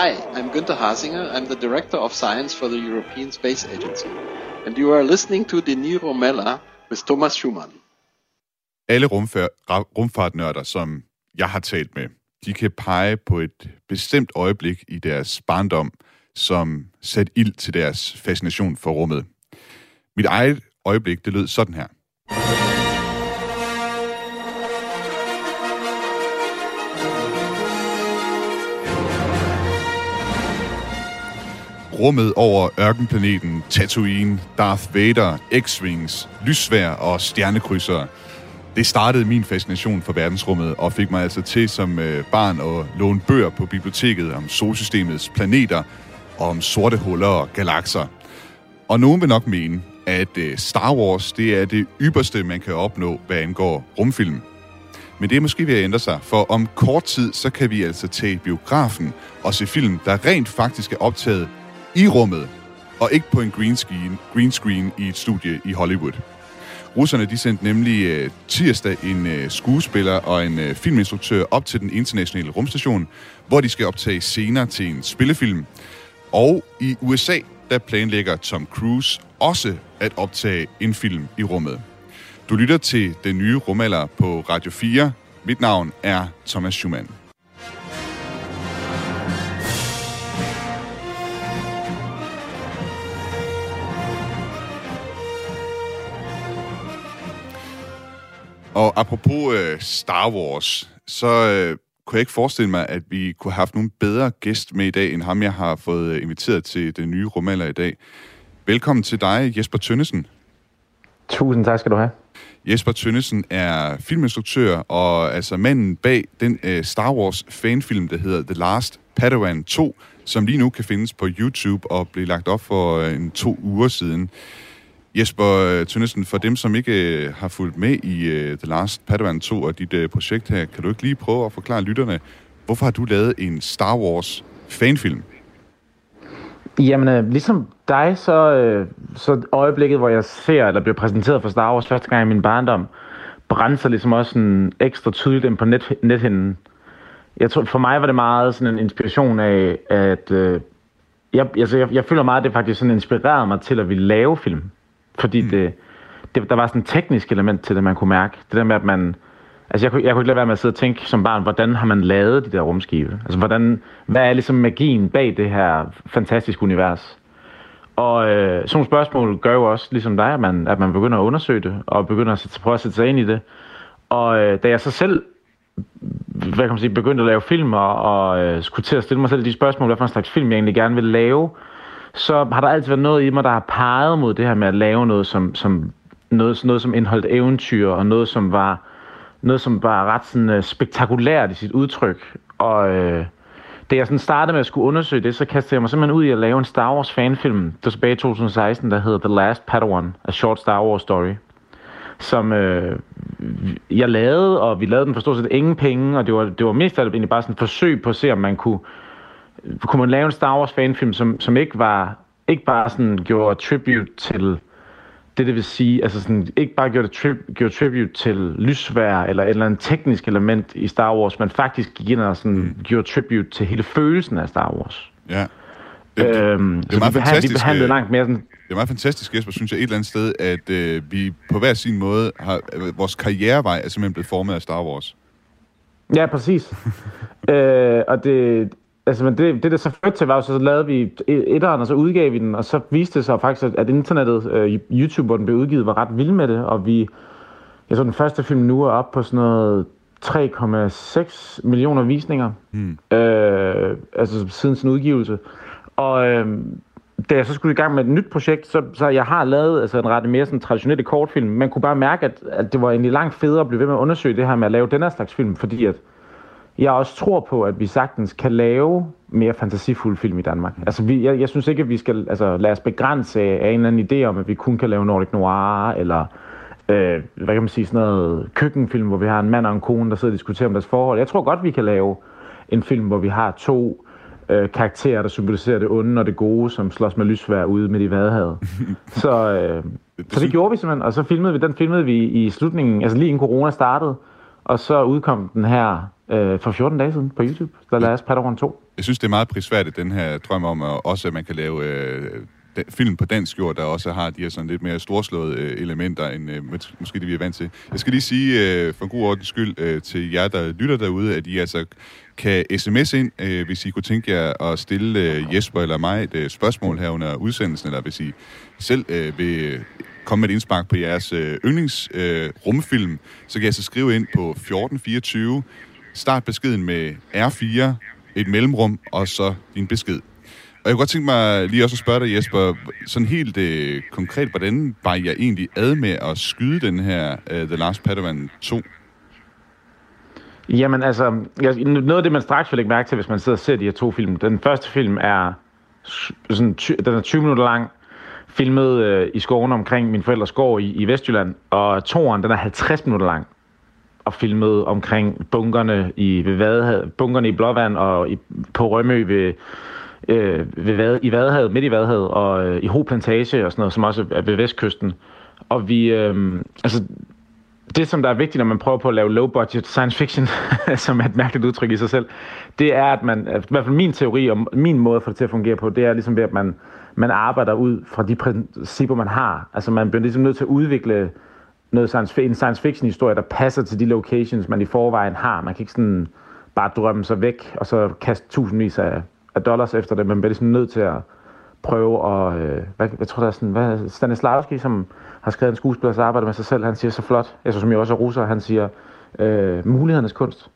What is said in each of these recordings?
Hi, I'm Günther Hasinger. I'm the Director of Science for the European Space Agency. And you are listening to De Niro Mella with Thomas Schumann. Alle rumfartnørder, som jeg har talt med, de kan pege på et bestemt øjeblik i deres barndom, som satte ild til deres fascination for rummet. Mit eget øjeblik, det lød sådan her. Rummet over ørkenplaneten, Tatooine, Darth Vader, X-Wings, lyssværd og stjernekrydsere. Det startede min fascination for verdensrummet og fik mig altså til som barn at låne bøger på biblioteket om solsystemets planeter og om sorte huller og galakser. Og nogen vil nok mene, at Star Wars det er det ypperste, man kan opnå, hvad angår rumfilm. Men det er måske ved at ændre sig, for om kort tid, så kan vi altså tage biografen og se film, der rent faktisk er optaget i rummet, og ikke på en green screen i et studie i Hollywood. Russerne de sendte nemlig tirsdag en skuespiller og en filminstruktør op til den internationale rumstation, hvor de skal optage scener til en spillefilm. Og i USA, der planlægger Tom Cruise også at optage en film i rummet. Du lytter til Den Nye Rumalder på Radio 4. Mit navn er Thomas Schumann. Og apropos Star Wars, så kunne jeg ikke forestille mig, at vi kunne have haft nogen bedre gæst med i dag, end ham, jeg har fået inviteret til Den Nye Rumalder i dag. Velkommen til dig, Jesper Tønnesen. Tusind tak skal du have. Jesper Tønnesen er filminstruktør og altså manden bag den Star Wars fanfilm, der hedder The Last Padawan 2, som lige nu kan findes på YouTube og blev lagt op for 2 uger siden. Jesper Tønnesen, for dem, som ikke har fulgt med i The Last Padawan 2 og dit projekt her, kan du ikke lige prøve at forklare lytterne, hvorfor har du lavet en Star Wars fanfilm? Jamen, ligesom dig, så øjeblikket, hvor jeg ser, eller bliver præsenteret for Star Wars første gang i min barndom, brændte sig ligesom også sådan ekstra tydeligt ind på nethinden. Jeg tror, for mig var det meget sådan en inspiration af, at jeg føler meget, at det faktisk sådan inspirerede mig til at ville lave film. Fordi der var sådan et teknisk element til det, man kunne mærke. Det der med, at man... Altså, jeg kunne ikke lade være med at sidde og tænke som barn, hvordan har man lavet de der rumskibe? Altså, hvad er ligesom magien bag det her fantastiske univers? Og sådan nogle spørgsmål gør jo også, ligesom dig, at man begynder at undersøge det, og begynder at prøve at sætte sig ind i det. Og da jeg så selv, begyndte at lave film, og skulle til at stille mig selv de spørgsmål, hvad for en slags film jeg egentlig gerne ville lave, så har der altid været noget i mig, der har peget mod det her med at lave noget, som indeholdt eventyr, og noget, som var ret sådan, spektakulært i sit udtryk. Og da jeg sådan startede med at skulle undersøge det, så kastede jeg mig simpelthen ud i at lave en Star Wars fanfilm, der tilbage i 2016, der hedder The Last Padawan, A Short Star Wars Story, som jeg lavede, og vi lavede den for stort set ingen penge, og det var mest af det egentlig bare sådan et forsøg på at se, om man kunne man lave en Star Wars fanfilm, som ikke bare sådan gjorde tribute til det vil sige, altså sådan, ikke bare gjorde tribute til lyssværd eller en teknisk element i Star Wars, men faktisk gik ind og sådan gjorde tribute til hele følelsen af Star Wars. Ja. Det er meget fantastisk. Vi behandlede langt mere sådan... Det er meget fantastisk, Jesper, synes jeg, et eller andet sted, at vi på hver sin måde har... Vores karrierevej er simpelthen blevet formet af Star Wars. Ja, præcis. Og det... Altså, men det der så førte til, var jo, så lavede vi etteren, og så udgav vi den, og så viste det sig faktisk, at internettet, YouTube, hvor den blev udgivet, var ret vild med det, og jeg så den første film nu er op på sådan noget 3,6 millioner visninger, altså siden sin udgivelse. Og da jeg så skulle i gang med et nyt projekt, så jeg har lavet altså en ret mere sådan traditionelle kortfilm. Man kunne bare mærke, at det var egentlig langt federe at blive ved med at undersøge det her med at lave den her slags film, fordi at jeg også tror på, at vi sagtens kan lave mere fantasifulde film i Danmark. Altså, jeg synes ikke, at vi skal lade os begrænse af en eller anden idé om, at vi kun kan lave Nordic Noir, eller hvad kan man sige, sådan noget køkkenfilm, hvor vi har en mand og en kone, der sidder og diskuterer om deres forhold. Jeg tror godt, vi kan lave en film, hvor vi har 2 karakterer, der symboliserer det onde og det gode, som slås med lyssværd ude midt i Vadehavet. Så det gjorde vi simpelthen, og så filmede vi i slutningen, altså lige inden corona startede, og så udkom den her for 14 dage siden på YouTube, The Last Padawan 2. Jeg synes, det er meget prisværdigt, den her drøm om, også at man kan lave film på dansk jord, der også har de her sådan lidt mere storslåede elementer, end måske det, vi er vant til. Jeg skal lige sige, for en god ordens skyld, til jer, der lytter derude, at I altså kan sms ind, hvis I kunne tænke jer at stille Jesper eller mig et spørgsmål her under udsendelsen, eller hvis I selv vil komme med et indspark på jeres yndlingsrumfilm, så kan I altså skrive ind på 1424, start beskeden med R4, et mellemrum, og så din besked. Og jeg kunne godt tænke mig lige også at spørge dig, Jesper, sådan helt konkret, hvordan var jeg egentlig ad med at skyde den her The Last Padawan 2? Jamen altså, noget af det, man straks vil lægge mærke til, hvis man sidder og ser de her to film. Den første film er, den er 20 minutter lang, filmet i skoven omkring min forældres gård i Vestjylland, og toeren, den er 50 minutter lang, og filmet omkring bunkerne i Blåvand og på Rømø i Vadehavet, midt i Vadehavet, og i Ho Plantage og sådan noget, som også er ved vestkysten. Og vi, det som der er vigtigt, når man prøver på at lave low-budget science fiction, som er et mærkeligt udtryk i sig selv, det er, at man, i hvert fald min teori og min måde at få det til at fungere på, det er ligesom ved, at man arbejder ud fra de principper, man har. Altså man bliver ligesom nødt til at udvikle en science fiction historie, der passer til de locations, man i forvejen har. Man kan ikke sådan bare drømme sig væk, og så kaste tusindvis af dollars efter det. Man bliver ligesom nødt til at prøve at... jeg tror, der er sådan... Stanislavski, som har skrevet en skuespillers arbejde med sig selv, han siger så flot. Jeg som jo også er russer, han siger mulighedernes kunst.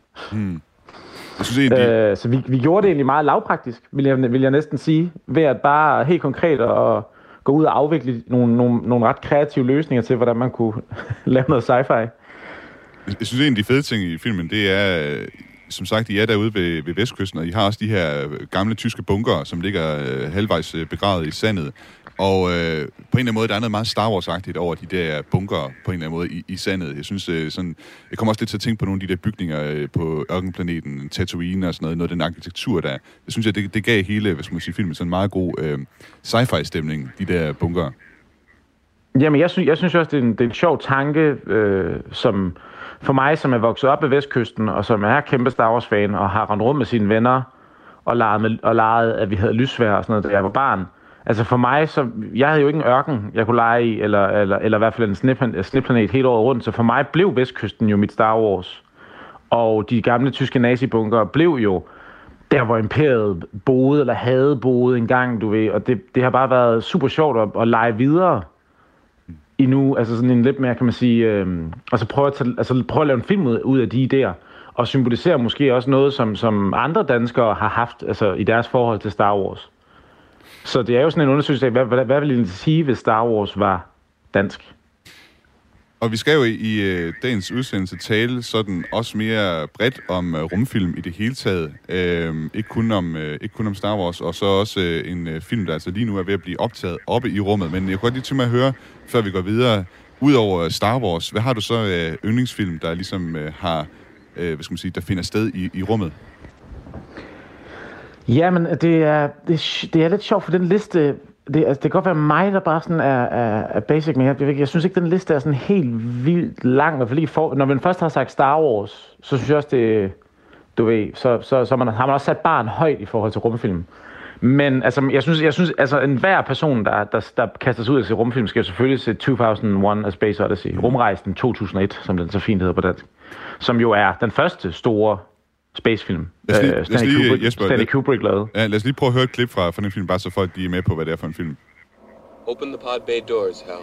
Jeg synes egentlig... Så vi gjorde det egentlig meget lavpraktisk, vil jeg næsten sige, ved at bare helt konkret og gå ud og afvikle nogle ret kreative løsninger til, hvordan man kunne lave noget sci-fi. Jeg synes, en af de fede ting i filmen, det er, som sagt, I er derude ved Vestkysten, og I har også de her gamle tyske bunker, som ligger halvvejs begravet i sandet. Og på en eller anden måde, der er noget meget Star Wars-agtigt over de der bunker på en eller anden måde i sandet. Jeg synes sådan, jeg kommer også lidt til at tænke på nogle af de der bygninger på ørkenplaneten, Tatooine og sådan noget den arkitektur der. Jeg synes, at det gav hele, hvad skal man sige, filmen sådan en meget god sci-fi-stemning, de der bunker. Jamen, jeg synes også, det er en sjov tanke, som for mig, som er vokset op ved Vestkysten, og som er kæmpe Star Wars-fan, og har rendt rundt med sine venner, og leget, at vi havde lysvejr og sådan noget, da jeg var barn. Altså for mig, så jeg havde jo ikke en ørken, jeg kunne lege i, eller i hvert fald en snipplanet hele året rundt, så for mig blev Vestkysten jo mit Star Wars. Og de gamle tyske nazibunker blev jo der, hvor imperiet boede, eller havde boet engang, du ved, og det har bare været super sjovt at lege videre i nu, altså sådan en lidt mere, kan man sige, prøve at lave en film ud af de idéer, og symbolisere måske også noget, som andre danskere har haft, altså i deres forhold til Star Wars. Så det er jo sådan en undersøgelse af, hvad vil det sige, hvis Star Wars var dansk? Og vi skal jo i dagens udsendelse tale sådan også mere bredt om rumfilm i det hele taget. Ikke kun om Star Wars, og så også en film, der altså lige nu er ved at blive optaget oppe i rummet. Men jeg kunne godt lige tænke mig at høre, før vi går videre, udover Star Wars, hvad har du så yndlingsfilm, der ligesom har, der finder sted i rummet? Jamen, det er lidt sjovt, for den liste... Det kan godt være mig, der bare sådan er basic, men jeg synes ikke, den liste er sådan helt vildt lang. I hvert fald når man først har sagt Star Wars, så synes jeg også, det, du ved, så har man også sat barn højt i forhold til rumfilm. Men altså, jeg synes altså, enhver person, der kaster sig ud af sit rumfilm, skal selvfølgelig se 2001: A Space Odyssey. Rumrejsen 2001, som den så fint hedder på dansk. Som jo er den første store spacefilm. Stanley Kubrick lavede. Ja, lad os lige prøve at høre et klip fra den film, bare så folk de er med på, hvad det er for en film. Open the pod bay doors, Hal.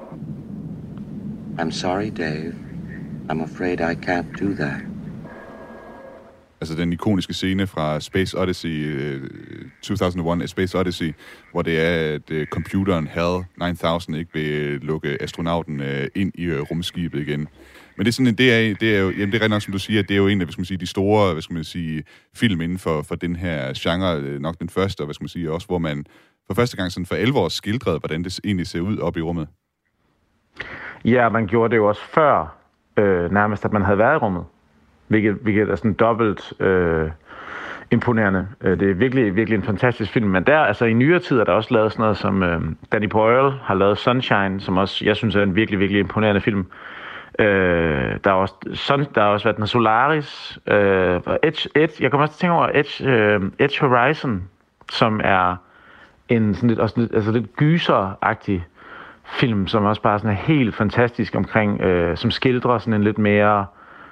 I'm sorry, Dave. I'm afraid I can't do that. Altså den ikoniske scene fra Space Odyssey, 2001: A Space Odyssey, hvor det er, at computeren HAL 9000 ikke vil lukke astronauten ind i rumskibet igen. Men det er sådan, det er jo, jamen det er rigtig nok, som du siger, at det er jo en af, de store, film inden for den her genre, nok den første, og også hvor man for første gang sådan for 11 år skildrede, hvordan det egentlig ser ud oppe i rummet. Ja, man gjorde det jo også før, nærmest, at man havde været i rummet, hvilket er sådan dobbelt imponerende. Det er virkelig, virkelig en fantastisk film, men der, altså i nyere tid er der også lavet sådan noget, som Danny Boyle har lavet Sunshine, som også, jeg synes er en virkelig, virkelig imponerende film. Der har også været den Solaris. Edge, jeg kommer også til at tænke over Edge Horizon, som er en sådan lidt gyseragtig film, som også bare sådan er helt fantastisk omkring, som skildrer sådan en lidt mere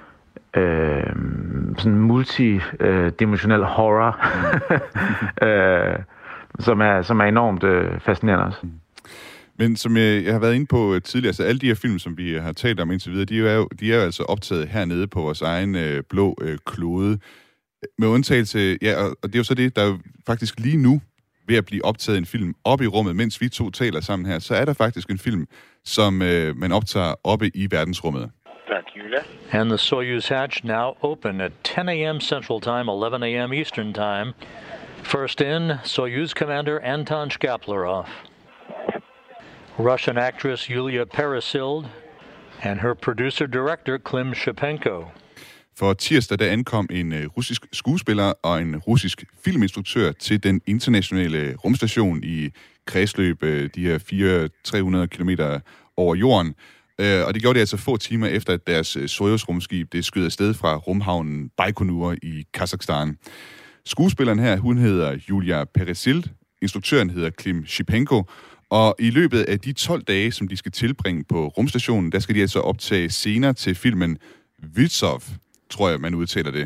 sådan multidimensionel horror, som er enormt fascinerende også. Men som jeg har været inde på tidligere, så alle de her film, som vi har talt om indtil videre, de er jo altså optaget hernede på vores egen blå klode. Med undtagelse, ja, og det er jo så det, der er jo faktisk lige nu ved at blive optaget en film oppe i rummet, mens vi to taler sammen her, så er der faktisk en film, som man optager oppe i verdensrummet. And the Soyuz hatch now open at 10 a.m. Central Time, 11 a.m. Eastern Time. First in, Soyuz Commander Anton Shkaplerov. Russian actress Yulia Peresild and her producer-director Klim Shipenko. For tirsdag der ankom en russisk skuespiller og en russisk filminstruktør til den internationale rumstation i kredsløb, de her 300 kilometer over jorden. Og det gjorde det altså få timer efter, at deres Soyuz-rumskib det skød afsted fra rumhavnen Baikonur i Kazakhstan. Skuespilleren her, hun hedder Yulia Peresild, instruktøren hedder Klim Shipenko, og i løbet af de 12 dage, som de skal tilbringe på rumstationen, der skal de altså optage scener til filmen Vytsov, tror jeg, man udtaler det,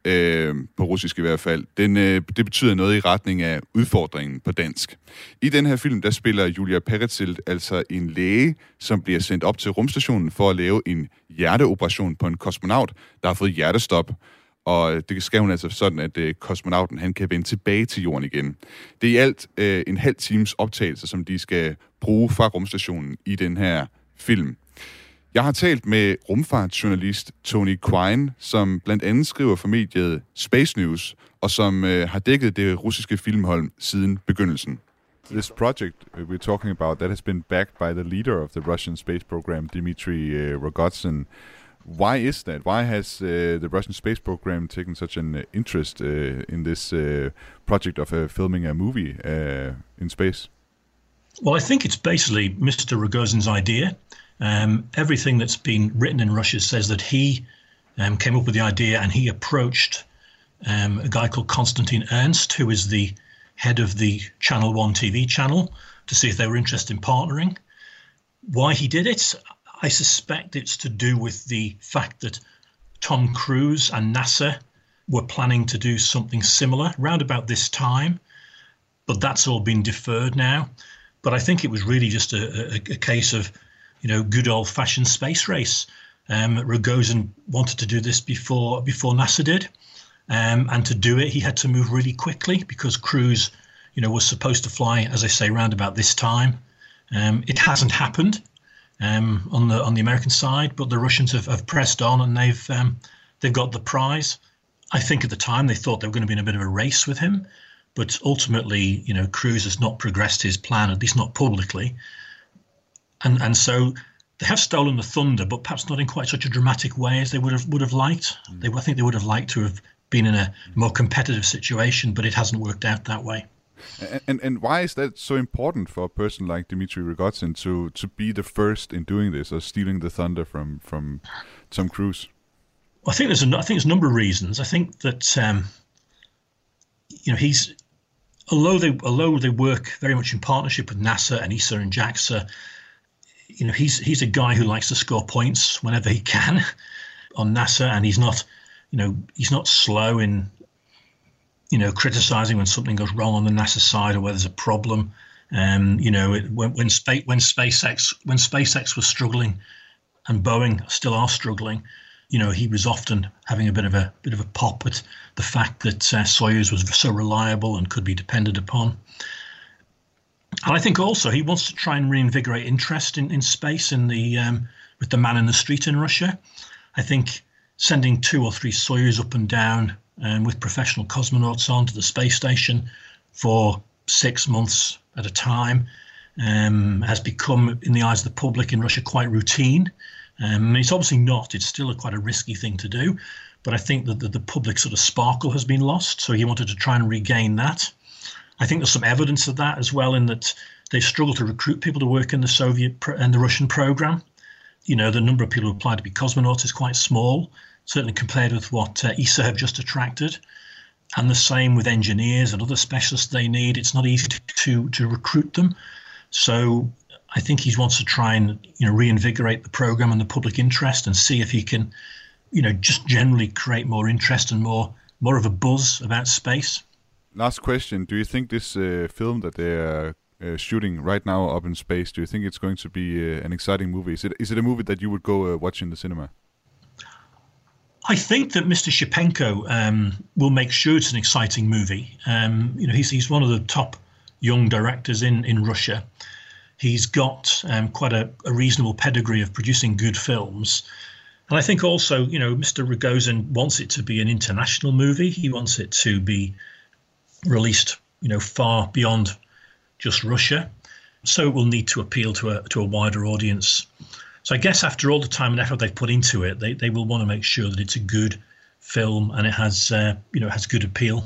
på russisk i hvert fald. Det betyder noget i retning af udfordringen på dansk. I den her film, der spiller Yulia Peresild altså en læge, som bliver sendt op til rumstationen for at lave en hjerteoperation på en kosmonaut, der har fået hjertestop. Og det skal hun altså sådan, at kosmonauten han kan vende tilbage til jorden igen. Det er i alt en halv times optagelse, som de skal bruge fra rumstationen i den her film. Jeg har talt med rumfartsjournalist Tony Quine, som blandt andet skriver for mediet Space News, og som har dækket det russiske filmhold siden begyndelsen. This project we're talking about, that has been backed by the leader of the Russian space program, Dmitry Rogozin. Why is that? Why has the Russian space program taken such an interest in this project of filming a movie in space? Well, I think it's basically Mr. Rogozin's idea. Everything that's been written in Russia says that he came up with the idea and he approached a guy called Konstantin Ernst, who is the head of the Channel 1 TV channel, to see if they were interested in partnering. Why he did it? I suspect it's to do with the fact that Tom Cruise and NASA were planning to do something similar round about this time, but that's all been deferred now. But I think it was really just a case of, good old-fashioned space race. Rogozin wanted to do this before NASA did, and to do it, he had to move really quickly because Cruise, was supposed to fly, as I say, round about this time. It hasn't happened. On the American side, but the Russians have pressed on and they've got the prize. I think at the time they thought they were going to be in a bit of a race with him, but ultimately, Cruise has not progressed his plan, at least not publicly, and so they have stolen the thunder, but perhaps not in quite such a dramatic way as they would have liked. I think they would have liked to have been in a more competitive situation, but it hasn't worked out that way. And why is that so important for a person like Dmitry Rogozin to be the first in doing this, or stealing the thunder from Tom Cruise? Well, I think there's a number of reasons. I think that he's although they work very much in partnership with NASA and ESA and JAXA, he's a guy who likes to score points whenever he can on NASA, and he's not slow in criticizing when something goes wrong on the NASA side or where there's a problem. When SpaceX was struggling, and Boeing still are struggling, he was often having a bit of a pop at the fact that Soyuz was so reliable and could be depended upon. And I think also he wants to try and reinvigorate interest in space with the man in the street in Russia. I think sending 2 or 3 Soyuz up and down with professional cosmonauts onto the space station for 6 months at a time has become, in the eyes of the public in Russia, quite routine. It's obviously not. It's still quite a risky thing to do. But I think that the public sort of sparkle has been lost. So he wanted to try and regain that. I think there's some evidence of that as well, in that they struggled to recruit people to work in the Soviet and the Russian program. the number of people who apply to be cosmonauts is quite small, certainly compared with what ESA have just attracted. And the same with engineers and other specialists they need. It's not easy to recruit them. So I think he wants to try and reinvigorate the program and the public interest and see if he can, just generally create more interest and more of a buzz about space. Last question. Do you think this film that they are shooting right now up in space, do you think it's going to be an exciting movie? Is it a movie that you would go watch in the cinema? I think that Mr. Shipenko will make sure it's an exciting movie. He's one of the top young directors in Russia. He's got quite a reasonable pedigree of producing good films. And I think also, Mr. Rogozin wants it to be an international movie. He wants it to be released, far beyond just Russia. So it will need to appeal to a wider audience. So I guess after all the time and effort they've put into it, they will want to make sure that it's a good film and it has, has good appeal.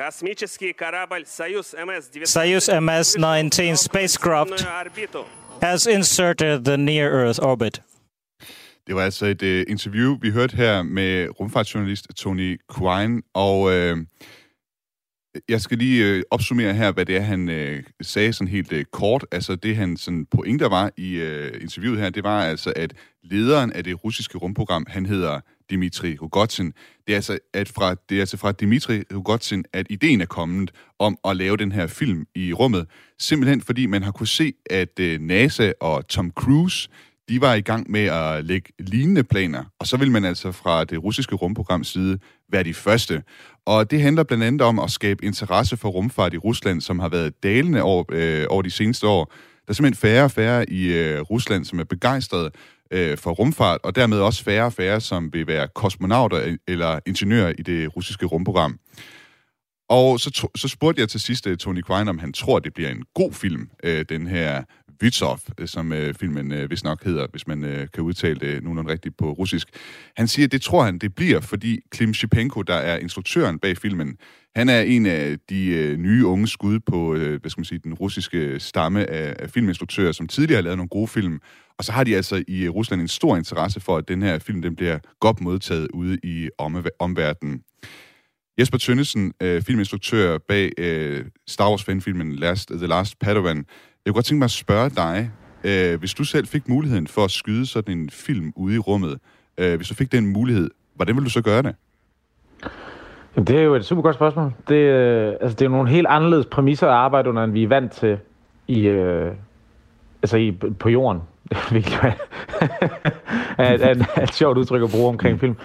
Soyuz MS-19 spacecraft has inserted the near-Earth orbit. Det var altså et interview, vi hørte her med rumfartsjournalist Tony Quine, og jeg skal lige opsummere her, hvad det er, han sagde sådan helt kort. Altså det, han sådan pointer var i interviewet her, det var altså, at lederen af det russiske rumprogram, han hedder Dmitri Rogozin. Det er altså fra Dmitri Rogozin, at ideen er kommet om at lave den her film i rummet. Simpelthen fordi man har kunne se, at NASA og Tom Cruise, de var i gang med at lægge lignende planer, og så vil man altså fra det russiske rumprograms side være de første. Og det handler blandt andet om at skabe interesse for rumfart i Rusland, som har været dalende over de seneste år. Der er simpelthen færre og færre i Rusland, som er begejstrede for rumfart, og dermed også færre og færre, som vil være kosmonauter eller ingeniører i det russiske rumprogram. Og så spurgte jeg til sidst Tony Quine, om han tror, det bliver en god film, den her Vytsov, som filmen vist nok hedder, hvis man kan udtale det nogenlunde rigtigt på russisk. Han siger, at det tror han, det bliver, fordi Klim Shipenko, der er instruktøren bag filmen, han er en af de nye unge skud på, den russiske stamme af filminstruktører, som tidligere har lavet nogle gode film. Og så har de altså i Rusland en stor interesse for, at den her film den bliver godt modtaget ude i omverdenen. Jesper Tønnesen, filminstruktør bag Star Wars-fanfilmen The Last Padawan. Jeg kunne godt tænke mig at spørge dig, hvis du selv fik muligheden for at skyde sådan en film ude i rummet, hvis du fik den mulighed, hvordan ville du så gøre det? Jamen, det er jo et super godt spørgsmål. Det er jo nogle helt anderledes præmisser at arbejde under, end vi er vant til på jorden. Det er et sjovt udtryk at bruge omkring film.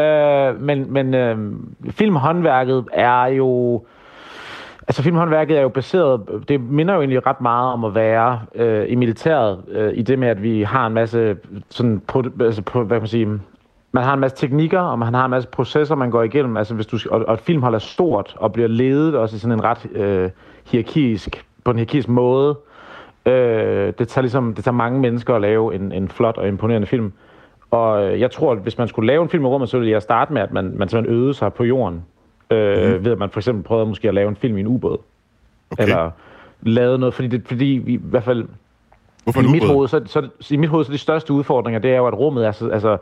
Men filmhåndværket er jo... Altså filmhåndværket er jo baseret, det minder jo egentlig ret meget om at være i militæret, i det med, at vi har en masse sådan, hvad kan man sige, man har en masse teknikker, og man har en masse processer, man går igennem, altså og et filmhold er stort, og bliver ledet også i sådan en ret på en hierarkisk måde. Det tager mange mennesker at lave en flot og imponerende film, og jeg tror, at hvis man skulle lave en film i rummet, så ville jeg starte med, at man simpelthen øvede sig på jorden. Ved at man for eksempel prøvede måske at lave en film i en ubåd. Okay. Eller lavede noget, fordi vi i hvert fald... Hvorfor i mit hoved, i mit hoved, så de største udfordringer, det er jo, at rummet er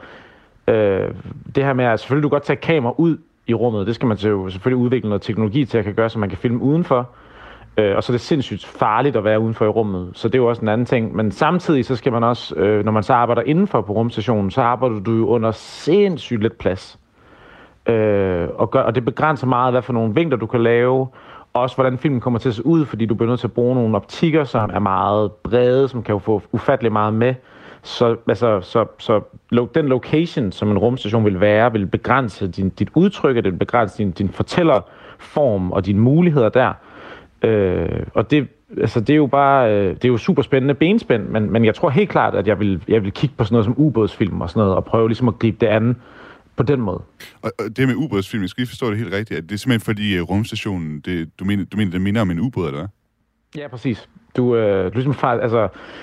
det her med, at selvfølgelig du godt tage kamera ud i rummet, det skal man jo selvfølgelig udvikle noget teknologi til at kan gøre, så man kan filme udenfor. Og så er det sindssygt farligt at være udenfor i rummet, så det er jo også en anden ting. Men samtidig så skal man også, når man så arbejder indenfor på rumstationen, så arbejder du jo under sindssygt lidt plads. Og det begrænser meget, hvad for nogle vinkler du kan lave, også hvordan filmen kommer til at se ud, fordi du bliver nødt til at bruge nogle optikker, som er meget brede, som kan jo få ufattelig meget med. Så den location, som en rumstation vil være, vil begrænse dit udtryk, det vil begrænse din fortællerform og dine muligheder der. Og det er jo bare, det er jo super spændende benspænd, men jeg tror helt klart, at jeg vil kigge på sådan noget som ubådsfilm og sådan noget, og prøve ligesom at gribe det an på den måde. Og det med ubådsfilm, jeg skal lige forstå det helt rigtigt, at det er simpelthen fordi rumstationen, du mener, det minder om en ubåd, eller hvad? Ja, præcis. Du ligesom altså,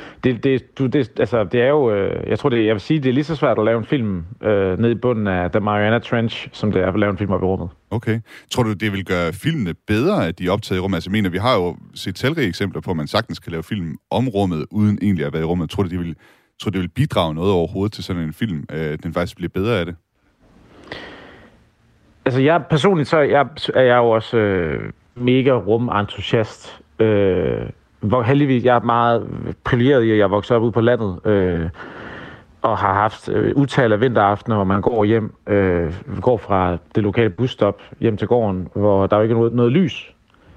det er jo, jeg vil sige, det er lige så svært at lave en film ned i bunden af The Mariana Trench, som det er at lave en film op i rummet. Okay. Tror du, det vil gøre filmene bedre, at de er optaget i rummet? Altså, vi har jo set talrige eksempler på, at man sagtens kan lave film om rummet, uden egentlig at være i rummet. Tror du, det vil Tror du, det vil bidrage noget overhovedet til sådan en film, den faktisk bliver bedre af det? Altså jeg personligt, så er jeg jo også mega rumentusiast. Hvor heldigvis, jeg er meget privilegeret i, at jeg voksede op ude på landet, og har haft utal af vinteraftener, hvor man går hjem, går fra det lokale busstop hjem til gården, hvor der jo ikke er noget lys.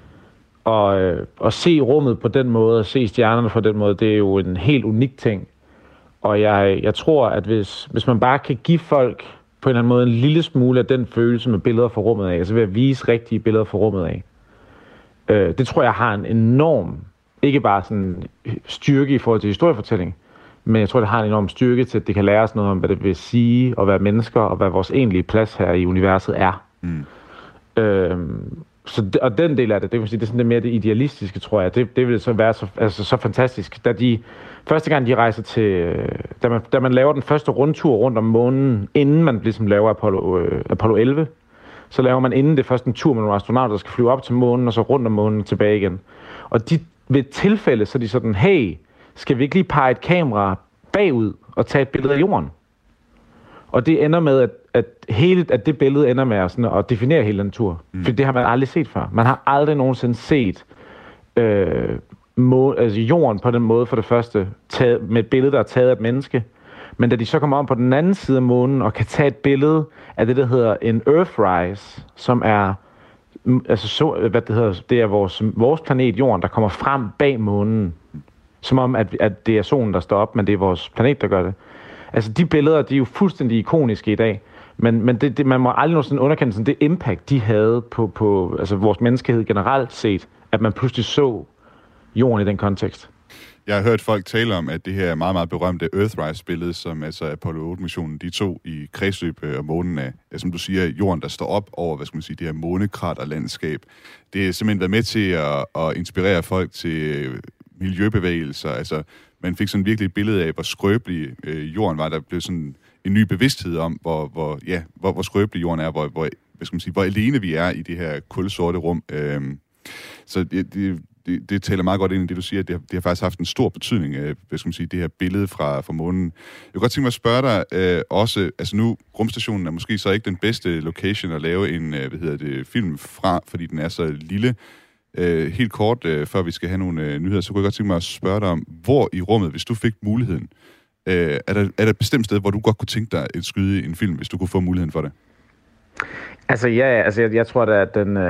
Og se rummet på den måde, og se stjernerne på den måde, det er jo en helt unik ting. Og jeg tror, at hvis man bare kan give folk på en eller anden måde en lille smule af den følelse med billeder fra rummet af, altså ved at vise rigtige billeder fra rummet af, det tror jeg har en enorm, ikke bare sådan styrke i forhold til historiefortælling, men jeg tror, det har en enorm styrke til, at det kan lære os noget om, hvad det vil sige at være mennesker, og hvad vores egentlige plads her i universet er. Og den del af det, det vil sige, det er sådan det mere det idealistiske, tror jeg. Det vil så være så fantastisk. Første gang de rejser til, da man laver den første rundtur rundt om månen, inden man ligesom laver Apollo 11, så laver man inden det først en tur med nogle astronauter, der skal flyve op til månen, og så rundt om månen tilbage igen. Og de ved et tilfælde, så er de sådan, hey, skal vi ikke lige pege et kamera bagud og tage et billede af jorden? Og det ender med, at det billede ender med sådan at definere hele den tur. For det har man aldrig set før. Man har aldrig nogensinde set jorden på den måde, for det første, med et billede, der er taget af et menneske. Men da de så kommer om på den anden side af månen, og kan tage et billede af det, der hedder en Earthrise, som er, det er vores planet Jorden, der kommer frem bag månen. Som om, at det er solen, der står op, men det er vores planet, der gør det. Altså, de billeder, de er jo fuldstændig ikoniske i dag. Men man må aldrig nogensinde underkende sådan det impact, de havde på altså vores menneskehed generelt set, at man pludselig så jorden i den kontekst. Jeg har hørt folk tale om, at det her meget, meget berømte Earthrise-billede, som altså Apollo 8-missionen, de tog i kredsløb af månen af, som du siger, jorden, der står op over, det her månekraterlandskab. Det har simpelthen været med til at inspirere folk til miljøbevægelser. Altså, man fik sådan virkelig et billede af, hvor skrøbelig jorden var. Der blev sådan en ny bevidsthed om, hvor skrøbelig jorden er, hvor alene vi er i det her kulsorte rum. Så det taler meget godt ind i det, du siger, at det har faktisk haft en stor betydning, det her billede fra månen. Jeg kunne godt tænke mig at spørge dig også, altså nu, rumstationen er måske så ikke den bedste location at lave en, film fra, fordi den er så lille. Helt kort, før vi skal have nogle nyheder, så kunne jeg godt tænke mig at spørge dig om, hvor i rummet, hvis du fik muligheden, er der et bestemt sted, hvor du godt kunne tænke dig at skyde en film, hvis du kunne få muligheden for det? Altså jeg tror da, at den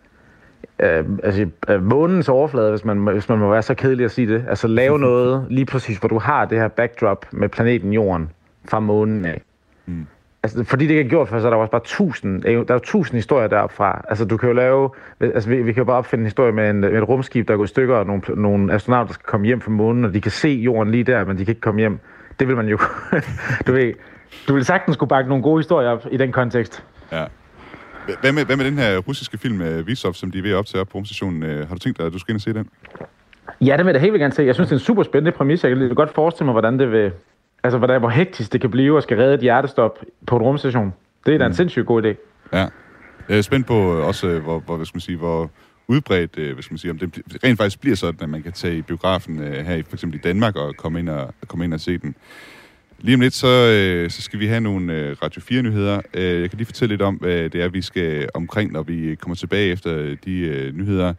månens overflade, hvis man må være så kedelig at sige det, altså lave noget lige præcis, hvor du har det her backdrop med planeten Jorden fra månen af. Altså, fordi det ikke er gjort før, så er der også bare 1000 historier deroppe fra. Altså, du kan jo lave, altså vi kan jo bare opfinde en historie med et rumskib, der går i stykker, og nogle astronauter, der skal komme hjem fra månen, og de kan se jorden lige der, men de kan ikke komme hjem. Det vil man jo. Du vil sagtens kunne bakke nogle gode historier op i den kontekst. Ja. Hvad med den her russiske film, Visov, som de er ved at optage op på rumstationen? Har du tænkt dig, at du skal ind og se den? Ja, det vil jeg helt gerne se. Jeg synes, det er en super spændende præmis. Jeg kan godt forestille mig, hvordan det vil... Altså, hvor hektisk det kan blive at skal redde et hjertestop på en rumstation. Det er da en sindssygt god idé. Ja. Jeg er spændt på også, hvor udbredt, om det rent faktisk bliver sådan, at man kan tage i biografen her for eksempel i Danmark og komme ind og se den. Lige om lidt, så skal vi have nogle Radio 4-nyheder. Jeg kan lige fortælle lidt om, hvad det er, vi skal omkring, når vi kommer tilbage efter de nyheder.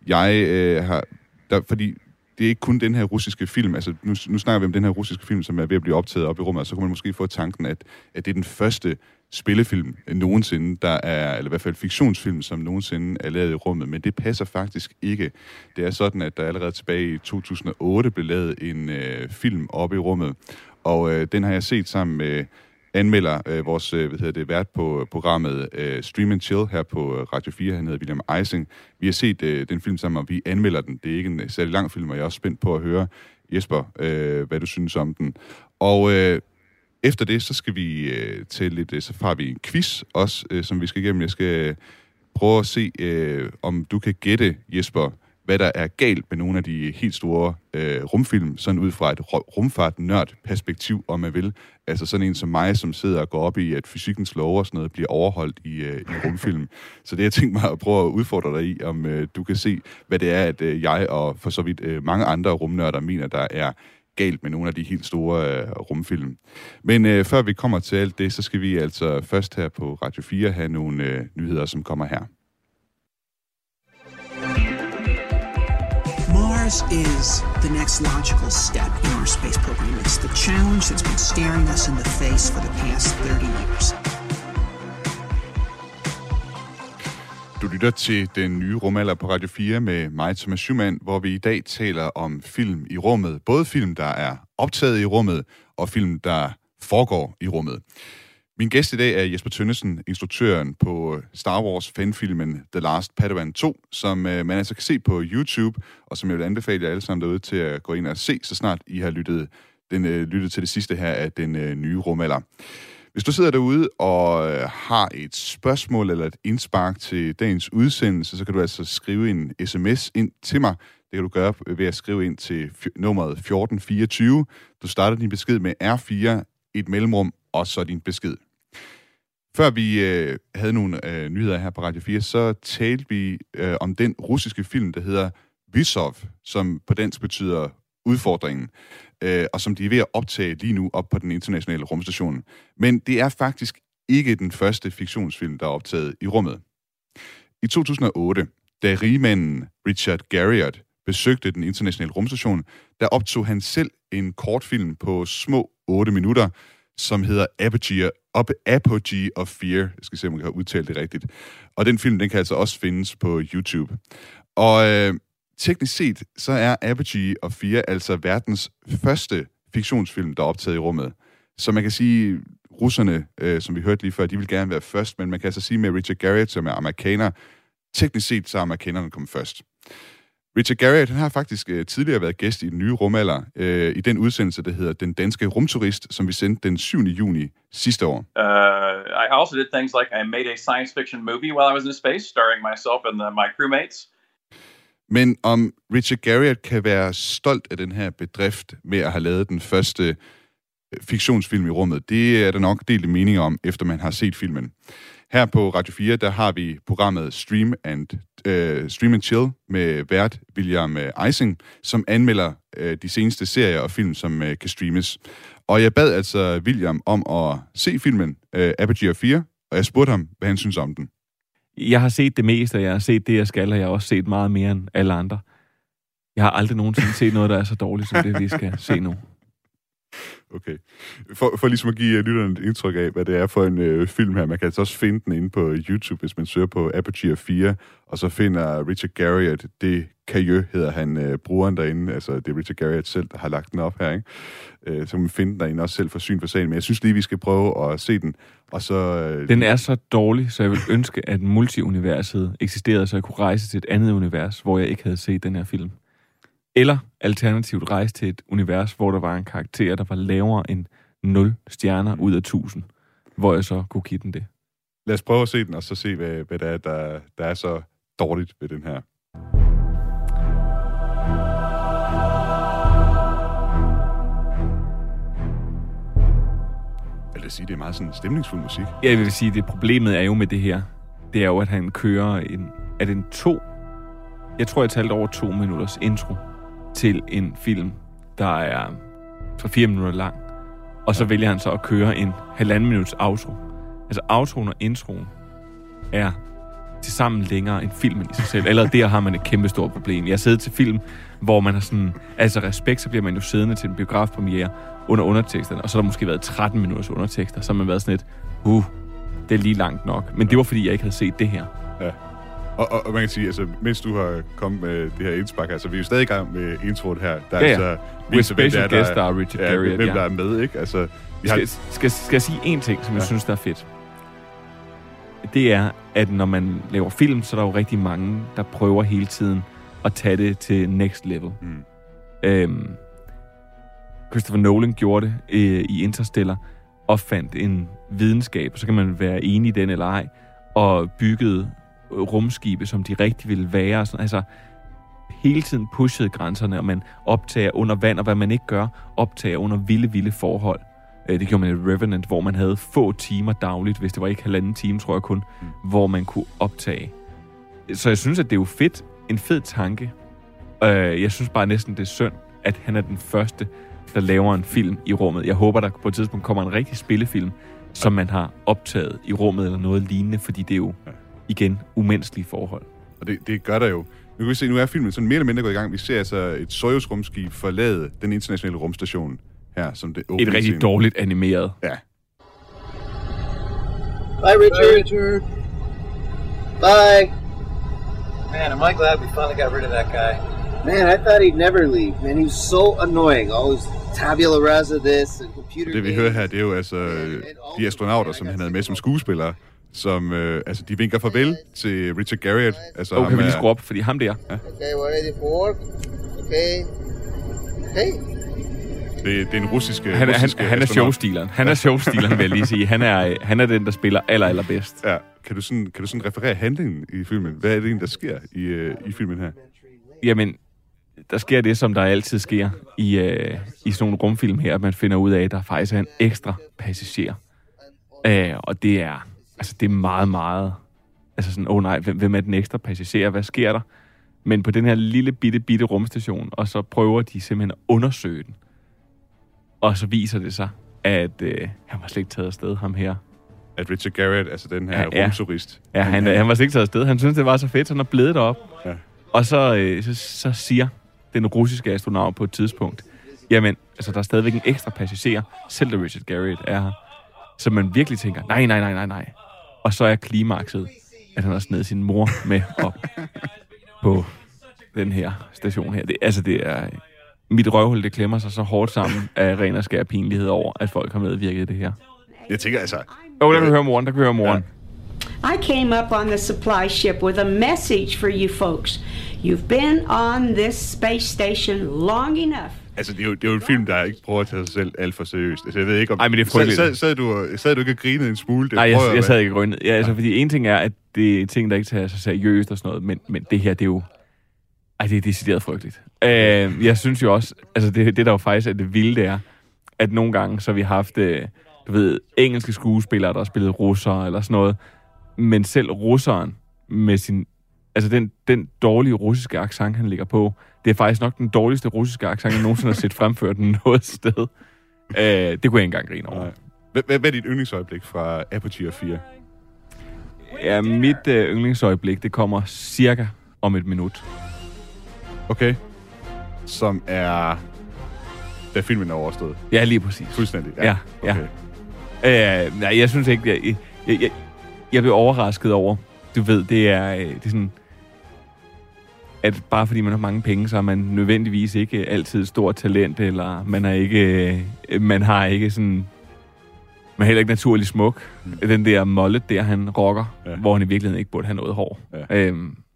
Fordi det er ikke kun den her russiske film, altså nu snakker vi om den her russiske film, som er ved at blive optaget op i rummet, og så kan man måske få tanken, at det er den første spillefilm nogensinde, der er, eller i hvert fald fiktionsfilm, som nogensinde er lavet i rummet, men det passer faktisk ikke. Det er sådan, at der allerede tilbage i 2008 blev lavet en film oppe i rummet, og den har jeg set sammen med anmelder vores vært på programmet Stream and Chill her på Radio 4. Han hedder William Eising. Vi har set den film sammen, og vi anmelder den. Det er ikke en særlig lang film, og jeg er også spændt på at høre, Jesper, hvad du synes om den. Og efter det, så skal vi til lidt, så har vi en quiz også, som vi skal igennem. Jeg skal prøve at se, om du kan gætte, Jesper, hvad der er galt med nogle af de helt store rumfilm, sådan ud fra et rumfart-nørd-perspektiv, om man vil. Altså sådan en som mig, som sidder og går op i, at fysikkens lov og sådan noget bliver overholdt i rumfilm. Så det jeg tænkt mig at prøve at udfordre dig i, om du kan se, hvad det er, at jeg og for så vidt mange andre rumnørder mener, der er galt med nogle af de helt store rumfilm. Men før vi kommer til alt det, så skal vi altså først her på Radio 4 have nogle nyheder, som kommer her. Mars is the next logical step in our space program. It's the challenge that's been staring us in the face for the past 30 years. Du lytter til Den Nye Rumalder på Radio 4 med mig, Thomas Schumann, hvor vi i dag taler om film i rummet. Både film, der er optaget i rummet, og film, der foregår i rummet. Min gæst i dag er Jesper Tønnesen, instruktøren på Star Wars-fanfilmen The Last Padawan 2, som man altså kan se på YouTube, og som jeg vil anbefale jer alle sammen derude til at gå ind og se, så snart I har lyttet til det sidste her af Den Nye Rumalder. Hvis du sidder derude og har et spørgsmål eller et indspark til dagens udsendelse, så kan du altså skrive en sms ind til mig. Det kan du gøre ved at skrive ind til nummeret 1424. Du starter din besked med R4, et mellemrum, og så din besked. Før vi havde nogle nyheder her på Radio 4, så talte vi om den russiske film, der hedder Vysov, som på dansk betyder udfordringen, og som de er ved at optage lige nu op på den internationale rumstation. Men det er faktisk ikke den første fiktionsfilm, der er optaget i rummet. I 2008, da rigmanden Richard Garriott besøgte den internationale rumstation, der optog han selv en kortfilm på små 8 minutter, som hedder Apogee of Fear. Jeg skal se, om jeg kan udtale det rigtigt. Og den film, den kan altså også findes på YouTube. Og teknisk set, så er Apogee of Fear altså verdens første fiktionsfilm, der er optaget i rummet. Så man kan sige, russerne, som vi hørte lige før, de vil gerne være først, men man kan altså sige med Richard Garriott, som er amerikaner, teknisk set, så er amerikanerne kommet først. Richard Garriott, han har faktisk tidligere været gæst i Den Nye Rumalder, i den udsendelse, der hedder Den Danske Rumturist, som vi sendte den 7. juni sidste år. I also did things like I made a science fiction movie while I was in space, starring myself and my crewmates. Men om Richard Garriott kan være stolt af den her bedrift med at have lavet den første fiktionsfilm i rummet, det er der nok delt meninger om, efter man har set filmen. Her på Radio 4, der har vi programmet Stream and Chill med vært William Eising, som anmelder de seneste serier og film, som kan streames. Og jeg bad altså William om at se filmen Apogee of Fear, og jeg spurgte ham, hvad han synes om den. Jeg har set det meste, og jeg har set det, jeg skal, og jeg har også set meget mere end alle andre. Jeg har aldrig nogensinde set noget, der er så dårligt, som det, vi skal se nu. Okay. For ligesom at give lytterne et indtryk af, hvad det er for en film her. Man kan altså også finde den inde på YouTube, hvis man søger på Apogee of Fear, og så finder Richard Garriott, det Caillou hedder han, brugeren derinde, altså det er Richard Garriott selv, der har lagt den op her, ikke? Så kan man finde den derinde også selv for syn for sagen, men jeg synes lige, vi skal prøve at se den, og så... Den er så dårlig, så jeg vil ønske, at multiuniverset eksisterede, så jeg kunne rejse til et andet univers, hvor jeg ikke havde set den her film. Eller alternativt rejse til et univers, hvor der var en karakter, der var lavere end 0 stjerner ud af 1000, hvor jeg så kunne give den det. Lad os prøve at se den, og så se, hvad der er, der er så dårligt ved den her. Jeg vil sige, det er meget sådan stemningsfuld musik. Jeg vil sige, det problemet er jo med det her, det er jo, at han kører jeg tror, jeg talte over 2 minutters intro til en film, der er 4 minutter lang. Og så vælger han så at køre en 1,5 minuts outro. Altså outroen og introen er tilsammen længere end filmen i sig selv. Allerede der har man et kæmpe stort problem. Jeg har siddet til film, hvor man har sådan... Altså respekt, så bliver man jo siddende til en biografpremiere under underteksterne, og så har der måske været 13 minutters undertekster, så har man været sådan et... det er lige langt nok. Men det var, fordi jeg ikke havde set det her. Ja. Og man kan sige, altså, mens du har kommet med det her indspark, altså, vi er jo stadig i gang med introet her. Der altså, with special guest star Richard Garriott. Hvem der er med, ikke? Altså, skal jeg sige en ting, som jeg synes, der er fedt? Det er, at når man laver film, så er der jo rigtig mange, der prøver hele tiden at tage det til next level. Christopher Nolan gjorde det i Interstellar, opfandt en videnskab, så kan man være enig i den eller ej, og byggede rumskibe, som de rigtig ville være. Sådan, altså, hele tiden pushede grænserne, og man optager under vand, og hvad man ikke gør, optager under vilde forhold. Det gjorde man i Revenant, hvor man havde få timer dagligt, hvis det var ikke 1,5 time, tror jeg kun, hvor man kunne optage. Så jeg synes, at det er jo fedt. En fed tanke. Jeg synes bare næsten, det er synd, at han er den første, der laver en film i rummet. Jeg håber, der på et tidspunkt kommer en rigtig spillefilm, som man har optaget i rummet eller noget lignende, fordi det er jo, igen, umenneskelige forhold. Og det gør der jo. Nu kan vi se, nu er filmen sådan mere eller mindre gået i gang. Vi ser altså et Soyuz-rumskib forlade den internationale rumstation her, som det et rigtig dårligt animeret. Ja. Bye, Richard. Bye. Man, am I glad we finally got rid of that guy. Man, I thought he'd never leave. Man, he was so annoying. All his tabula rasa this and computer. Det vi hører her, det er jo altså de astronauter, som han havde med som skuespillere, som altså de vinker farvel til Richard Garriott. Altså, kan vi lige skrue op, fordi ham der. Ja. Okay, we're ready for work. Okay. Hey. Det er en russisk han er showstileren. Han er showstileren, vil jeg lige sige. Han er den, der spiller allerbedst. Ja. Kan du sådan referere handlingen i filmen? Hvad er det egentlig, der sker i filmen her? Jamen, der sker det, som der altid sker i sådan nogle rumfilm her, at man finder ud af, at der faktisk er en ekstra passager. Og det er meget, meget... Altså sådan, nej, hvem er den ekstra passager? Hvad sker der? Men på den her lille, bitte rumstation, og så prøver de simpelthen at undersøge den. Og så viser det sig, at han var slet ikke taget afsted, ham her. At Richard Garriott, altså den her rumturist. Ja, han var slet ikke taget afsted. Han synes det var så fedt, så han er blevet derop. Ja. Og så siger den russiske astronaut på et tidspunkt, jamen, altså der er stadigvæk en ekstra passager, selv da Richard Garriott er her. Så man virkelig tænker, nej. Og så er klimakset, at han har snedet sin mor med op på den her station her. Det er... Mit røvhul, det klemmer sig så hårdt sammen af ren og skær pinlighed over, at folk har medvirket i det her. Jeg tænker altså... der kan vi høre moren. I came up on the supply ship with a message for you folks. You've been on this space station long enough. Altså, det er jo en film, der ikke prøver at tage sig selv alt for seriøst. Altså, jeg ved ikke om... Ej, men det er frygteligt. Sad du ikke og grinede en smule? Nej, jeg sad ikke og grinede. Ja, altså, fordi en ting er, at det er ting, der ikke tager sig seriøst og sådan noget, men det her, det er jo... det er decideret frygteligt. Jeg synes jo også, altså det der jo faktisk er det vilde, det er, at nogle gange, så har vi haft, engelske skuespillere, der har spillet russere eller sådan noget, men selv russeren med sin, altså den dårlige russiske accent, han ligger på, det er faktisk nok den dårligste russiske accent, jeg nogensinde har set fremført noget sted. Det kunne jeg ikke engang grine over. Hvad er dit yndlingsøjeblik fra Aperture 4? Ja, mit yndlingsøjeblik, det kommer cirka om et minut. Okay. Som er... Da filmen er overstået. Ja, lige præcis. Fuldstændig. Ja. Okay. Nej, jeg synes ikke... Jeg blev overrasket over... Du ved, det er sådan... At bare fordi man har mange penge, så er man nødvendigvis ikke altid stort talent, eller man har ikke sådan... Man er heller ikke naturlig smuk. Den der mollet der, han rocker, hvor han i virkeligheden ikke burde have noget hår. Ja.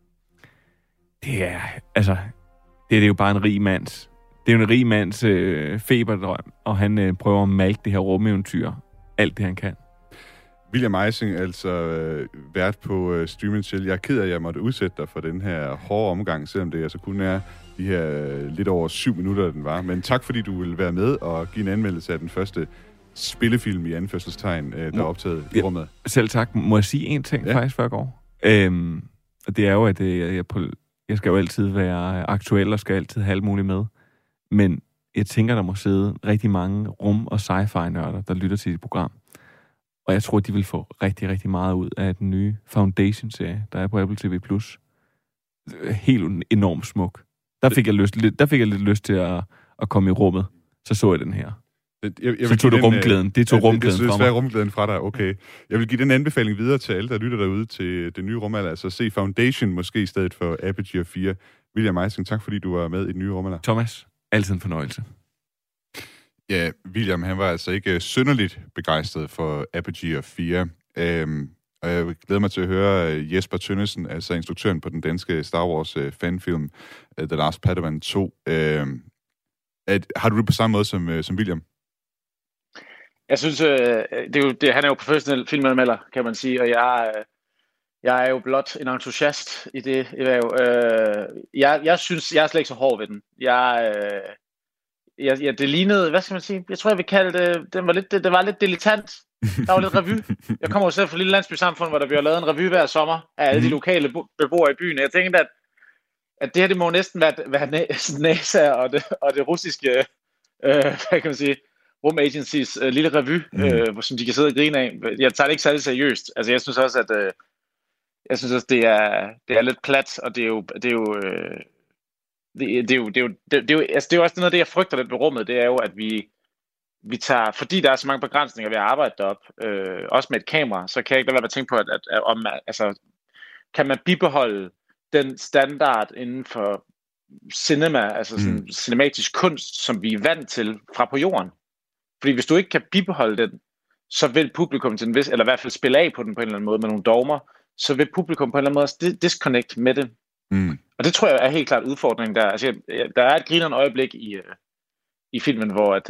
Det er... Altså... Det er jo bare en rig mands... Det er jo en rig mands feberdrøm, og han prøver at malke det her rumeventyr. Alt det, han kan. William Eising, altså vært på Stream & Chill. Jeg er ked af, at jeg måtte udsætte dig for den her hårde omgang, selvom det altså kun er de her lidt over 7 minutter, den var. Men tak, fordi du ville være med og give en anmeldelse af den første spillefilm i anførselstegn, der er optaget i rummet. Selv tak. Må jeg sige en ting faktisk, før jeg går? Og det er jo, at jeg skal jo altid være aktuel og skal altid have alt muligt med. Men jeg tænker, der må sidde rigtig mange rum- og sci-fi-nørder, der lytter til dit program. Og jeg tror, de vil få rigtig, rigtig meget ud af den nye Foundation-serie, der er på Apple TV+. Helt enormt smuk. Der fik jeg lidt lyst til at komme i rummet. Så jeg den her. Så tog det rumglæden. Det tog rumglæden fra mig. Det er rumglæden fra dig, okay. Jeg vil give den anbefaling videre til alle, der lytter derude til det nye rumalder. Altså se Foundation måske i stedet for Aperture 4. William Eising, tak fordi du var med i det nye rumalder. Thomas, altid en fornøjelse. Ja, William, han var altså ikke synderligt begejstret for Aperture 4. Og jeg glæder mig til at høre Jesper Tønnesen, altså instruktøren på den danske Star Wars fanfilm The Last Padawan 2. Har du det på samme måde som William? Jeg synes, han er jo professionel filmanmelder, kan man sige, og jeg er jo blot en entusiast i det erhverv. Jeg synes, jeg er slet ikke så hård ved den. Det lignede, hvad skal man sige? Jeg tror, jeg vil kalde det, det var lidt dilettant. Der var lidt revy. Jeg kommer jo selv fra et lille landsbysamfund, hvor der bliver lavet en revy hver sommer af alle de lokale beboere i byen. Jeg tænkte, at det her, det må næsten være NASA og det russiske hvad kan man sige, rumagencies lille revy, som de kan sidde og grine af. Jeg tager det ikke særlig seriøst. Altså, jeg synes også, at det er lidt plat, og det er jo også noget af det, jeg frygter lidt ved rummet, det er jo, at vi tager, fordi der er så mange begrænsninger ved at arbejde deroppe, også med et kamera, så kan jeg ikke lade være med at tænke på, at kan man bibeholde den standard inden for cinema, altså sådan cinematisk kunst, som vi er vant til fra på jorden. Fordi hvis du ikke kan bibeholde den, så vil publikum til en vis, eller i hvert fald spille af på den på en eller anden måde med nogle dogmer, så vil publikum på en eller anden måde også disconnect med det. Og det tror jeg er helt klart udfordringen der. Altså, der er et grinerende øjeblik i filmen,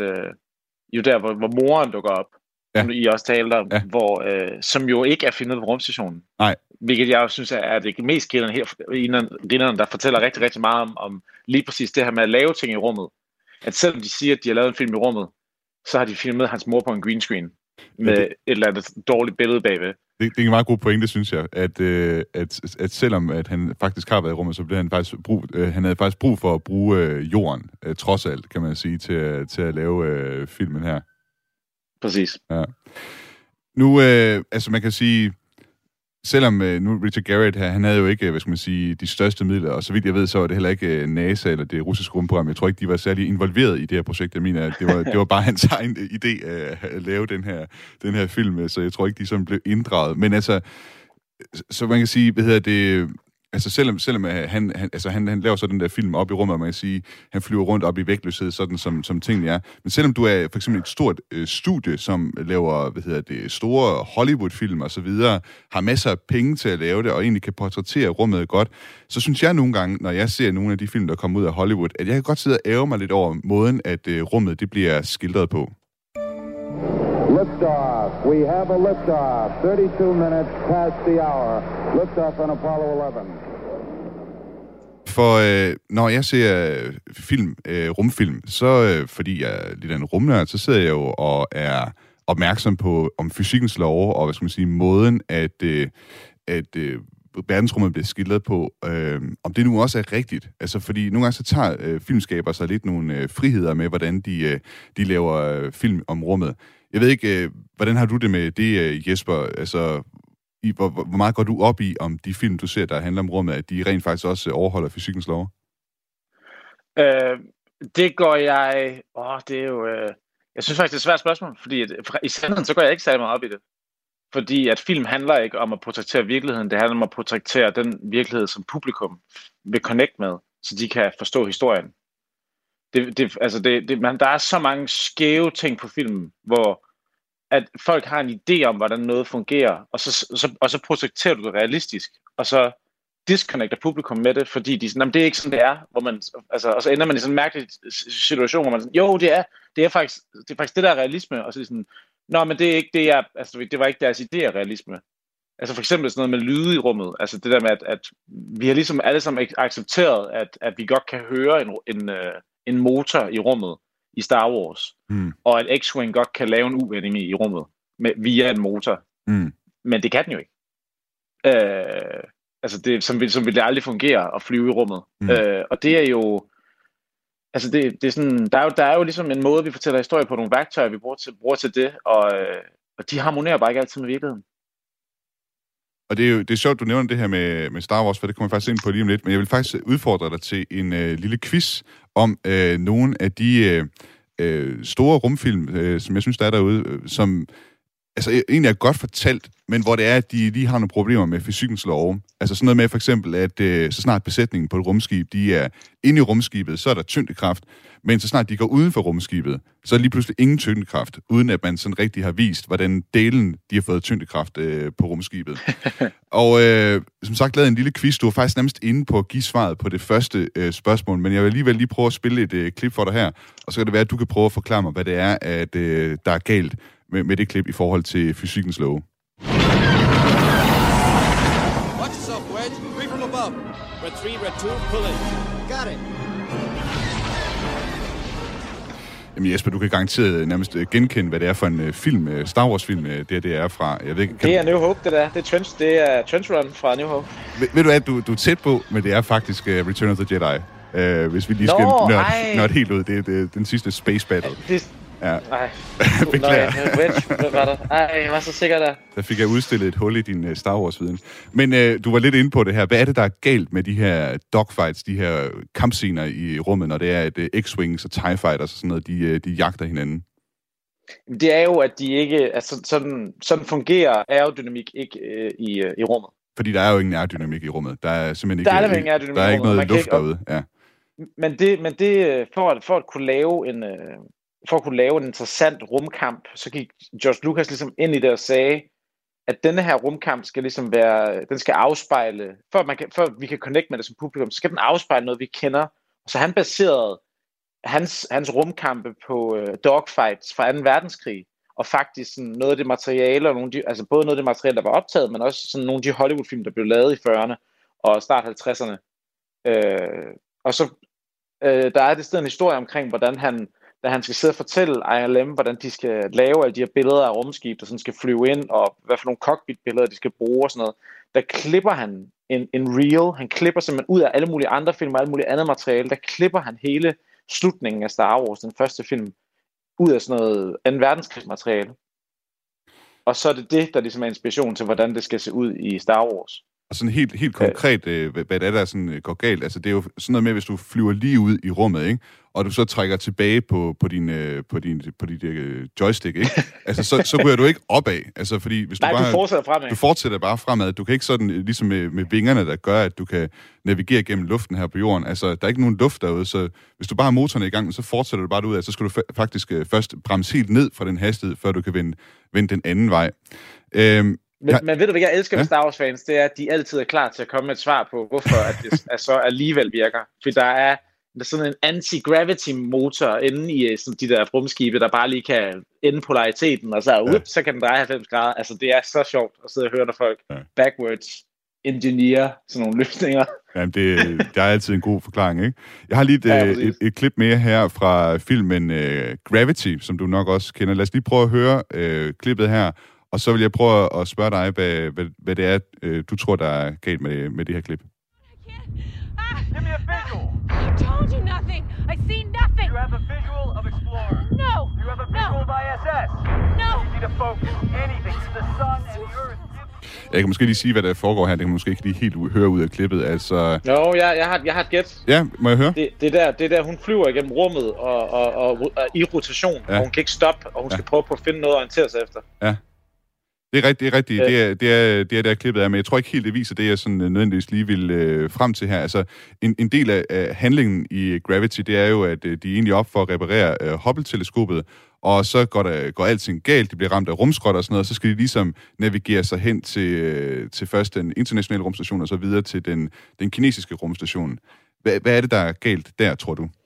hvor moren dukker op, som I også talte om, som jo ikke er fundet på rumstationen. Nej. Hvilket jeg synes er det mest grinerne, der fortæller rigtig, rigtig meget om lige præcis det her med at lave ting i rummet. At selvom de siger, at de har lavet en film i rummet, så har de filmet hans mor på en green screen med et eller andet dårligt billede bagved. Det er en meget god pointe, synes jeg, at selvom at han faktisk har været i rummet, så blev han faktisk han havde faktisk brug for at bruge jorden, trods alt, kan man sige, til at lave filmen her. Præcis. Ja. Nu, man kan sige, selvom nu Richard Garriott her, han havde jo ikke, de største midler, og så vidt jeg ved, så var det heller ikke NASA eller det russiske rumprogram. Jeg tror ikke, de var særlig involveret i det her projekt. Jeg mener, det var bare hans egen idé at lave den her film, så jeg tror ikke, de sådan blev inddraget. Men altså, så man kan sige, altså selvom han laver så den der film op i rummet, og man kan sige, han flyver rundt op i vægtløshed, sådan som tingene er. Men selvom du er for eksempel et stort studie, som laver, store Hollywood-film og så videre, har masser af penge til at lave det, og egentlig kan portrættere rummet godt, så synes jeg nogle gange, når jeg ser nogle af de film, der kommer ud af Hollywood, at jeg kan godt sidde og ære mig lidt over måden, at rummet det bliver skildret på. Liftoff. We have a liftoff. 32 minutes past the hour. Liftoff on Apollo 11. For når jeg ser rumfilm, så fordi jeg er lidt af en rumnørd, så sidder jeg jo og er opmærksom på om fysikkens love og måden, at verdensrummet bliver skildret på, om det nu også er rigtigt. Altså, fordi nogle gange så tager filmskaber sig lidt nogle friheder med, hvordan de laver film om rummet. Jeg ved ikke, hvordan har du det med det, Jesper? Altså, hvor meget går du op i, om de film, du ser, der handler om rummet, at de rent faktisk også overholder fysikkens lov? Det går jeg... det er jo... Jeg synes faktisk, det er et svært spørgsmål, fordi i sandheden, så går jeg ikke særlig meget op i det. Fordi at film handler ikke om at portrættere virkeligheden, det handler om at portrættere den virkelighed, som publikum vil connect med, så de kan forstå historien. Der er så mange skæve ting på filmen, hvor at folk har en idé om, hvordan noget fungerer, og så projekterer du det realistisk, og så disconnecter publikum med det, fordi de sådan, det er ikke sådan, det er, hvor man, og så ender man i sådan en mærkelig situation, hvor man sådan, jo, det er faktisk det der er realisme, og så er det sådan, nå, men det er ikke det, det var ikke deres idé af realisme. Altså for eksempel sådan noget med lyde i rummet, altså det der med, at vi har ligesom alle sammen accepteret, at vi godt kan høre en motor i rummet i Star Wars, og at X-Wing godt kan lave en uvending i rummet via en motor. Men det kan den jo ikke. Som vil det aldrig fungere at flyve i rummet. Og det er jo altså det er sådan, der er jo ligesom en måde, vi fortæller historie på, nogle værktøjer, vi bruger til det, og de harmonerer bare ikke altid med virkeligheden. Og det er sjovt, du nævner det her med Star Wars, for det kommer jeg faktisk ind på lige om lidt, men jeg vil faktisk udfordre dig til en lille quiz om nogle af de store rumfilm, som jeg synes, der er derude, som egentlig er godt fortalt, men hvor det er, at de lige har nogle problemer med fysikkens love. Altså sådan noget med for eksempel, at så snart besætningen på et rumskib, de er inde i rumskibet, så er der tyngdekraft, men så snart de går uden for rumskibet, så er der lige pludselig ingen tyngdekraft, uden at man sådan rigtig har vist, hvordan delen de har fået tyngdekraft på rumskibet. Og som sagt, lavede en lille quiz. Du var faktisk nærmest inde på at give svaret på det første spørgsmål, men jeg vil alligevel lige prøve at spille et klip for dig her, og så kan det være, at du kan prøve at forklare mig, hvad det er, at der er galt med det klip i forhold til fysikkens love. Watch yourself, Wedge. 3 from above. Red 3, red 2, pull in. Got it. Jamen Jesper, du kan garanteret nærmest genkende, hvad det er for en film, Star Wars-film, det er fra. Jeg ved ikke, det er New Hope, det der. Det er Trench Run fra New Hope. Ved du at du er tæt på, men det er faktisk Return of the Jedi. Hvis vi lige skal nørde helt ud. Det er den sidste Space Battle. Ja. Beklager. Jeg var så sikker der. Der fik jeg udstillet et hul i din Star Wars-viden. Men du var lidt inde på det her. Hvad er det, der er galt med de her dogfights, de her kampscener i rummet, når det er, at X-Wings og TIE Fighters og sådan noget, de jagter hinanden? Det er jo, at de ikke... Altså, sådan fungerer aerodynamik ikke i rummet. Fordi der er jo ingen aerodynamik i rummet. Der er simpelthen ikke... Der er ikke noget luft derude. Ja. Men det for at kunne lave en... For at kunne lave en interessant rumkamp, så gik George Lucas ligesom ind i det og sagde, at denne her rumkamp skal ligesom være, den skal afspejle, for vi kan connecte med det som publikum, så skal den afspejle noget, vi kender. Så han baserede hans rumkampe på dogfights fra 2. verdenskrig, og faktisk sådan noget af det materiale, og altså både noget af det materiale, der var optaget, men også sådan nogle af de Hollywood-film, der blev lavet i 40'erne og start 50'erne. Og så der er det stedet en historie omkring, hvordan da han skal sidde og fortælle ILM, hvordan de skal lave alle de her billeder af rumskib, der sådan skal flyve ind, og hvad for nogle cockpit-billeder, de skal bruge og sådan noget, der klipper han en reel. Han klipper simpelthen ud af alle mulige andre film og alle mulige andet materiale. Der klipper han hele slutningen af Star Wars, den første film, ud af sådan noget 2. verdenskrigsmateriale. Og så er det, der ligesom er inspiration til, hvordan det skal se ud i Star Wars. Og sådan helt konkret, hvad det er, der sådan går galt. Altså, det er jo sådan noget med, hvis du flyver lige ud i rummet, ikke? Og du så trækker tilbage på din joystick, ikke? Altså, så ryger du ikke opad. Altså, fordi hvis du fortsætter fremad. Du fortsætter bare fremad. Du kan ikke sådan, ligesom med vingerne, der gør, at du kan navigere gennem luften her på jorden. Altså, der er ikke nogen luft derude, så hvis du bare har motoren i gang, så fortsætter du bare ud af, så skal du faktisk først bremse helt ned fra den hastighed, før du kan vende den anden vej. Men ved du, hvad jeg elsker med Star Wars-fans? Det er, at de altid er klar til at komme med et svar på, hvorfor at det så alligevel virker. For der er sådan en anti-gravity-motor inde i sådan de der rumskibe, der bare lige kan ende polariteten, og så kan den dreje 90 grader. Altså, det er så sjovt at sidde og høre, når folk backwards engineer sådan nogle løsninger. Jamen, der er altid en god forklaring, ikke? Jeg har lige et klip mere her fra filmen Gravity, som du nok også kender. Lad os lige prøve at høre klippet her. Og så vil jeg prøve at spørge dig, hvad det er, du tror, der er galt med det her klip. Give me a visual. I told you nothing. I see nothing. You have a visual of Explorer. No. You have a visual of ISS. No. Easy to focus. Anything. The sun and Earth. Jeg kan måske lige sige, hvad der foregår her. Det kan man måske ikke lige helt høre ud af klippet. Altså... Jo, jeg har et gæt. Ja, må jeg høre? Det er der, hun flyver igennem rummet og i rotation, og hun kan ikke stoppe, og hun skal prøve på at finde noget at orientere sig efter. Ja. Det er rigtigt. Det er der klippet er, men jeg tror ikke helt, det viser det, jeg sådan nødvendigvis lige vil frem til her. Altså, en del af handlingen i Gravity, det er jo, at de er egentlig op for at reparere Hubble-teleskopet, og så går alting galt, de bliver ramt af rumskrot og sådan noget, og så skal de ligesom navigere sig hen til først den internationale rumstation, og så videre til den kinesiske rumstation. Hvad er det, der er galt der, tror du?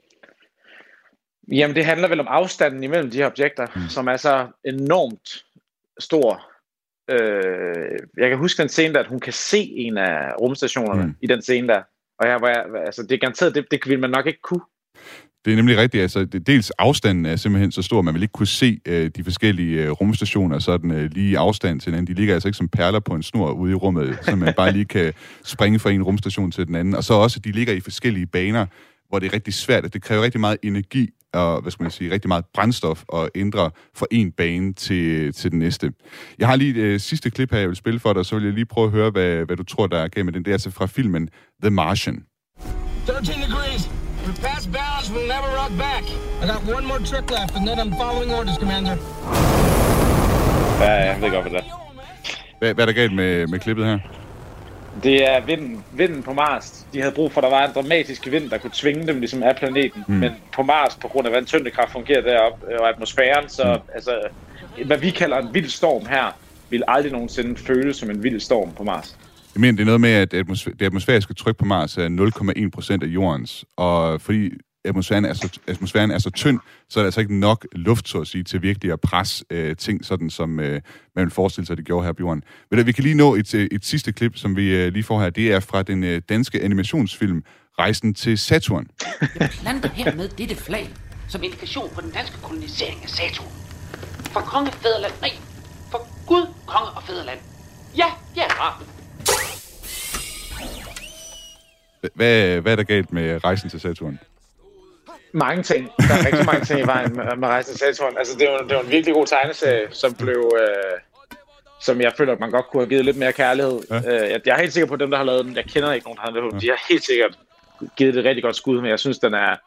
Jamen, det handler vel om afstanden imellem de her objekter, som er så enormt stor. Jeg kan huske den scene der, at hun kan se en af rumstationerne i den scene der. Og altså, det er garanteret, det vil man nok ikke kunne. Det er nemlig rigtigt. Altså, dels afstanden er simpelthen så stor, at man vil ikke kunne se de forskellige rumstationer sådan lige afstand til hinanden. De ligger altså ikke som perler på en snor ude i rummet, så man bare lige kan springe fra en rumstation til den anden. Og så også, at de ligger i forskellige baner, hvor det er rigtig svært, at det kræver rigtig meget energi og, rigtig meget brændstof at ændre fra en bane til den næste. Jeg har lige et sidste klip her, jeg vil spille for dig, så vil jeg lige prøve at høre, hvad du tror, der er galt med den. Det er altså fra filmen The Martian. 13 degrees. We're past balance, we'll never rock back. I got one more trick left, and then I'm following orders, Commander. Ja, jeg ved godt, hvad det er. Hvad er der galt med klippet her? Det er vinden på Mars. De havde brug for, at der var en dramatisk vind, der kunne tvinge dem ligesom af planeten. Men på Mars, på grund af hvordan tyngdekraft fungerer deroppe, og atmosfæren, så altså, hvad vi kalder en vild storm her, vil aldrig nogensinde føles som en vild storm på Mars. Jeg mener, det er noget med, at det atmosfæriske tryk på Mars er 0,1% af jordens, og fordi atmosfæren er så tynd, så er der altså ikke nok luft, så at sige, til virkelig at presse ting, sådan som man vil forestille sig, det gjorde her på jorden. Men vi kan lige nå et sidste klip, som vi lige får her. Det er fra den danske animationsfilm Rejsen til Saturn. Jeg planter hermed dette flag som indikation på den danske kolonisering af Saturn. For konge, fædreland, nej, for Gud, konge og fædreland. Ja, jeg er bra. Hvad er der galt med Rejsen til Saturn? Mange ting. Der er rigtig mange ting i vejen med Rejsen til Saturn. Altså, det var en virkelig god tegneserie, som blev... som jeg føler, at man godt kunne have givet lidt mere kærlighed. Ja. Jeg er helt sikker på, at dem, der har lavet den, jeg kender ikke nogen, der har lavet den, de har helt sikkert givet det et rigtig godt skud, men jeg synes, den er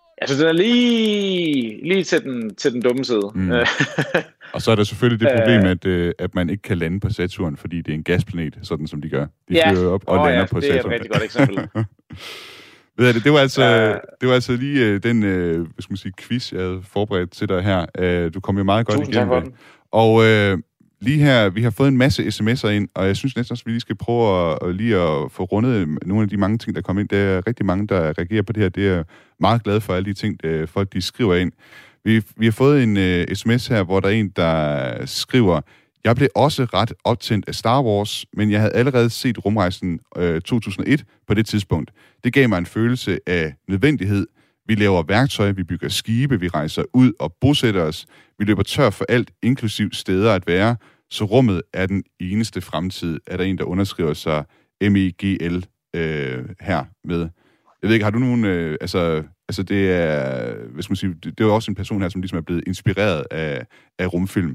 lige til den dumme side. Og så er der selvfølgelig det problem, at man ikke kan lande på Saturn, fordi det er en gasplanet, sådan som de gør. De flyver op og lander på Saturn. Det er et rigtig godt eksempel. Det var altså lige den hvad skal man sige, quiz, jeg havde forberedt til dig her. Du kom jo meget godt igennem det. Og lige her, vi har fået en masse sms'er ind, og jeg synes næsten også, at vi lige skal prøve at få rundet nogle af de mange ting, der kommer ind. Der er rigtig mange, der reagerer på det her. Det er meget glad for alle de ting, folk de skriver ind. Vi har fået en sms her, hvor der er en, der skriver: Jeg blev også ret optændt af Star Wars, men jeg havde allerede set Rumrejsen 2001 på det tidspunkt. Det gav mig en følelse af nødvendighed. Vi laver værktøj, vi bygger skibe, vi rejser ud og bosætter os. Vi løber tør for alt, inklusiv steder at være, så rummet er den eneste fremtid. Er der en, der underskriver sig MEGL her med? Jeg ved ikke, har du nogen... Altså det er... Hvad skal man sige? Det er jo også en person her, som ligesom er blevet inspireret af rumfilm.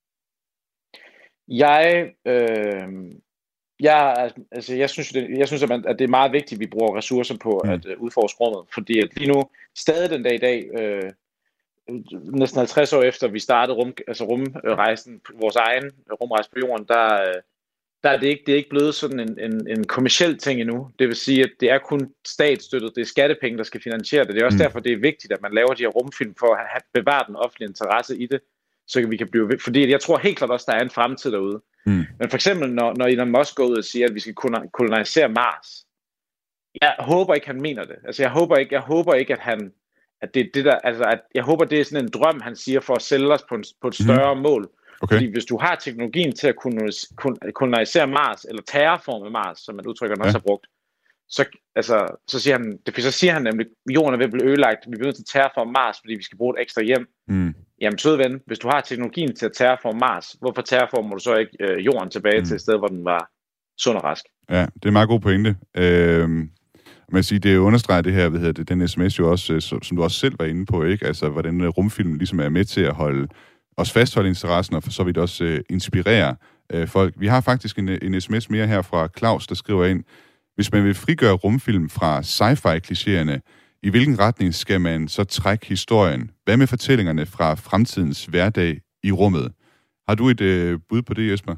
Jeg synes, at det er meget vigtigt, at vi bruger ressourcer på at udforske rummet, fordi at lige nu, stadig den dag i dag, næsten 50 år efter vi startede rumrejsen, vores egen rumrejse på jorden, der er det er ikke blevet sådan en kommerciel ting endnu. Det vil sige, at det er kun statsstøttet, det er skattepenge, der skal finansiere det. Det er også derfor, det er vigtigt, at man laver de her rumfilm for at bevare den offentlige interesse i det, så vi kan blive ved. Fordi jeg tror helt klart også, der er en fremtid derude. Men for eksempel, når Elon Musk går ud og siger, at vi skal kolonisere Mars, jeg håber ikke, han mener det. Altså, jeg håber ikke, at det er det der, altså, jeg håber, det er sådan en drøm, han siger, for at sælge os på et større mål. Okay. Fordi hvis du har teknologien til at kolonisere Mars, eller terraforme Mars, som man udtrykker, også har brugt, så siger han nemlig, at jorden er ved at blive ødelagt, vi bliver nødt til at terraforme Mars, fordi vi skal bruge et ekstra hjem. Jamen, søde ven, hvis du har teknologien til at terraforme Mars, hvorfor terraformer du så ikke jorden tilbage til et sted, hvor den var sund og rask? Ja, det er en meget god pointe. Man siger, det understreger det her, den sms jo også, som du også selv var inde på, ikke? Altså, hvordan rumfilmen ligesom er med til at fastholde interessen, og for så vidt også inspirere folk. Vi har faktisk en sms mere her fra Claus, der skriver ind: Hvis man vil frigøre rumfilm fra sci-fi-klichéerne, i hvilken retning skal man så trække historien? Hvad med fortællingerne fra fremtidens hverdag i rummet? Har du et bud på det, Jesper?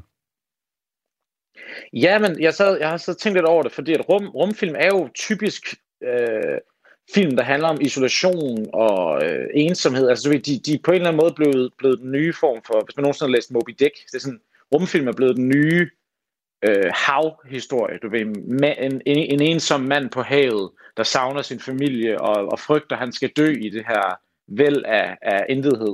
Ja, men jeg har så tænkt lidt over det, fordi at rumfilm er jo typisk film, der handler om isolation og ensomhed. Altså, de er på en eller anden måde blevet den nye form for, hvis man nogensinde har læst Moby Dick, det er sådan, rumfilm er blevet den nye havhistorie. Du ved, en ensom mand på havet, der savner sin familie og frygter, at han skal dø i det her væld af intethed.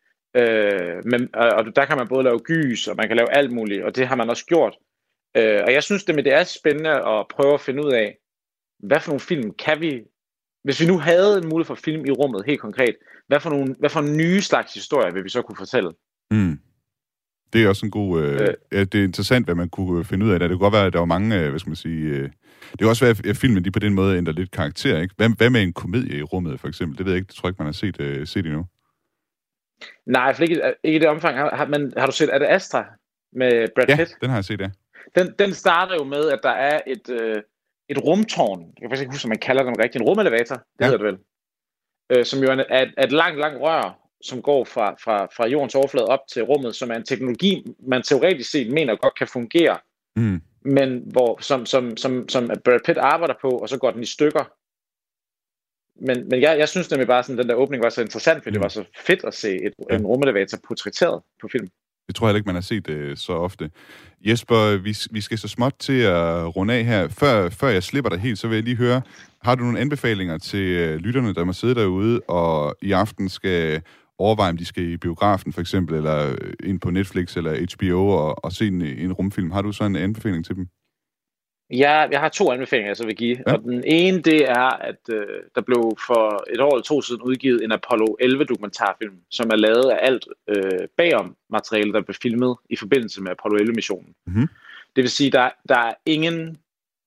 Og der kan man både lave gys, og man kan lave alt muligt, og det har man også gjort. Og jeg synes, det er spændende at prøve at finde ud af, hvad for nogle film kan vi, hvis vi nu havde en mulighed for film i rummet, helt konkret, hvad for nogle nye slags historier vil vi så kunne fortælle? Det er også en god... det er interessant, hvad man kunne finde ud af. Det kunne godt være, at der var mange, hvad skal man sige... det kan også være, at filmen de på den måde ændrer lidt karakter, ikke? Hvad med en komedie i rummet, for eksempel? Det ved jeg ikke, det tror jeg ikke, man har set endnu. Nej, for ikke i det omfang. Har du set, er det Astra med Brad Pitt? Ja, den har jeg set, ja. Den starter jo med, at der er et rumtårn. Jeg kan faktisk ikke huske, om man kalder den rigtigt. En rumelevator, det hedder det vel. Som jo er et langt rør, som går fra jordens overflade op til rummet, som er en teknologi, man teoretisk set mener godt kan fungere, men som Brad Pitt arbejder på, og så går den i stykker. Men jeg synes nemlig bare, sådan, den der åbning var så interessant, fordi det var så fedt at se en rumelevator portrætteret på film. Det tror jeg ikke, man har set så ofte. Jesper, vi skal så småt til at runde af her. Før jeg slipper dig helt, så vil jeg lige høre, har du nogle anbefalinger til lytterne, der må sidde derude og i aften skal overveje, om de skal i biografen for eksempel, eller ind på Netflix eller HBO og se en rumfilm? Har du så en anbefaling til dem? Ja, jeg har 2 anbefalinger, jeg så vil give. Ja. Og den ene, det er, at der blev for et år eller 2 siden udgivet en Apollo 11 dokumentarfilm, som er lavet af alt bagom materiale, der blev filmet i forbindelse med Apollo 11-missionen. Det vil sige, der er ingen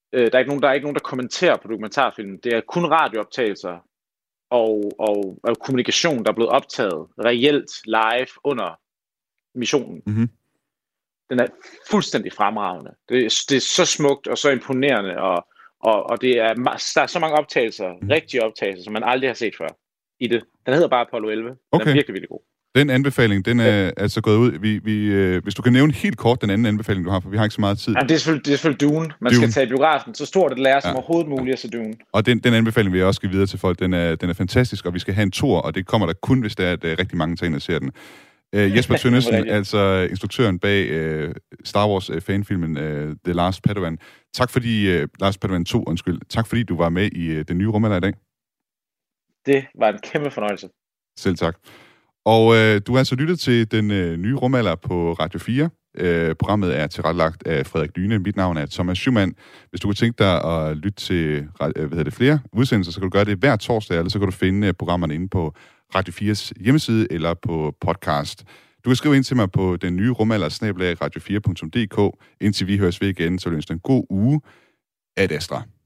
Der er ikke nogen, der kommenterer på dokumentarfilmen. Det er kun radiooptagelser og kommunikation, der er blevet optaget reelt live under missionen. Mm-hmm. Den er fuldstændig fremragende. Det er så smukt og så imponerende, og det er, der er så mange optagelser, rigtige optagelser, som man aldrig har set før i det. Den hedder bare Apollo 11. Den er virkelig, virkelig god. Den anbefaling, den er altså gået ud. Hvis du kan nævne helt kort den anden anbefaling, du har, for vi har ikke så meget tid. Ja, det er selvfølgelig Dune. Man skal tage biografen så stort et lære som overhovedet muligt at se Dune. Og den anbefaling vil jeg også give videre til folk. Den er fantastisk, og vi skal have en tour, og det kommer der kun, hvis der er, at rigtig mange tager ind og ser den. Jesper Tønnesen, altså instruktøren bag Star Wars fanfilmen The Last Padawan. Tak fordi, Last Padawan 2, tak fordi du var med i den nye rumalder i dag. Det var en kæmpe fornøjelse. Selv tak. Og du har altså lyttet til den nye rumalder på Radio 4. Programmet er tilrettelagt af Frederik Lyne. Mit navn er Thomas Schumann. Hvis du kunne tænke dig at lytte til flere udsendelser, så kan du gøre det hver torsdag, eller så kan du finde programmerne inde på Radio 4's hjemmeside eller på podcast. Du kan skrive ind til mig på den nye rumalder @radio4.dk. Indtil vi høres ved igen, så ønsker en god uge. Ad Astra.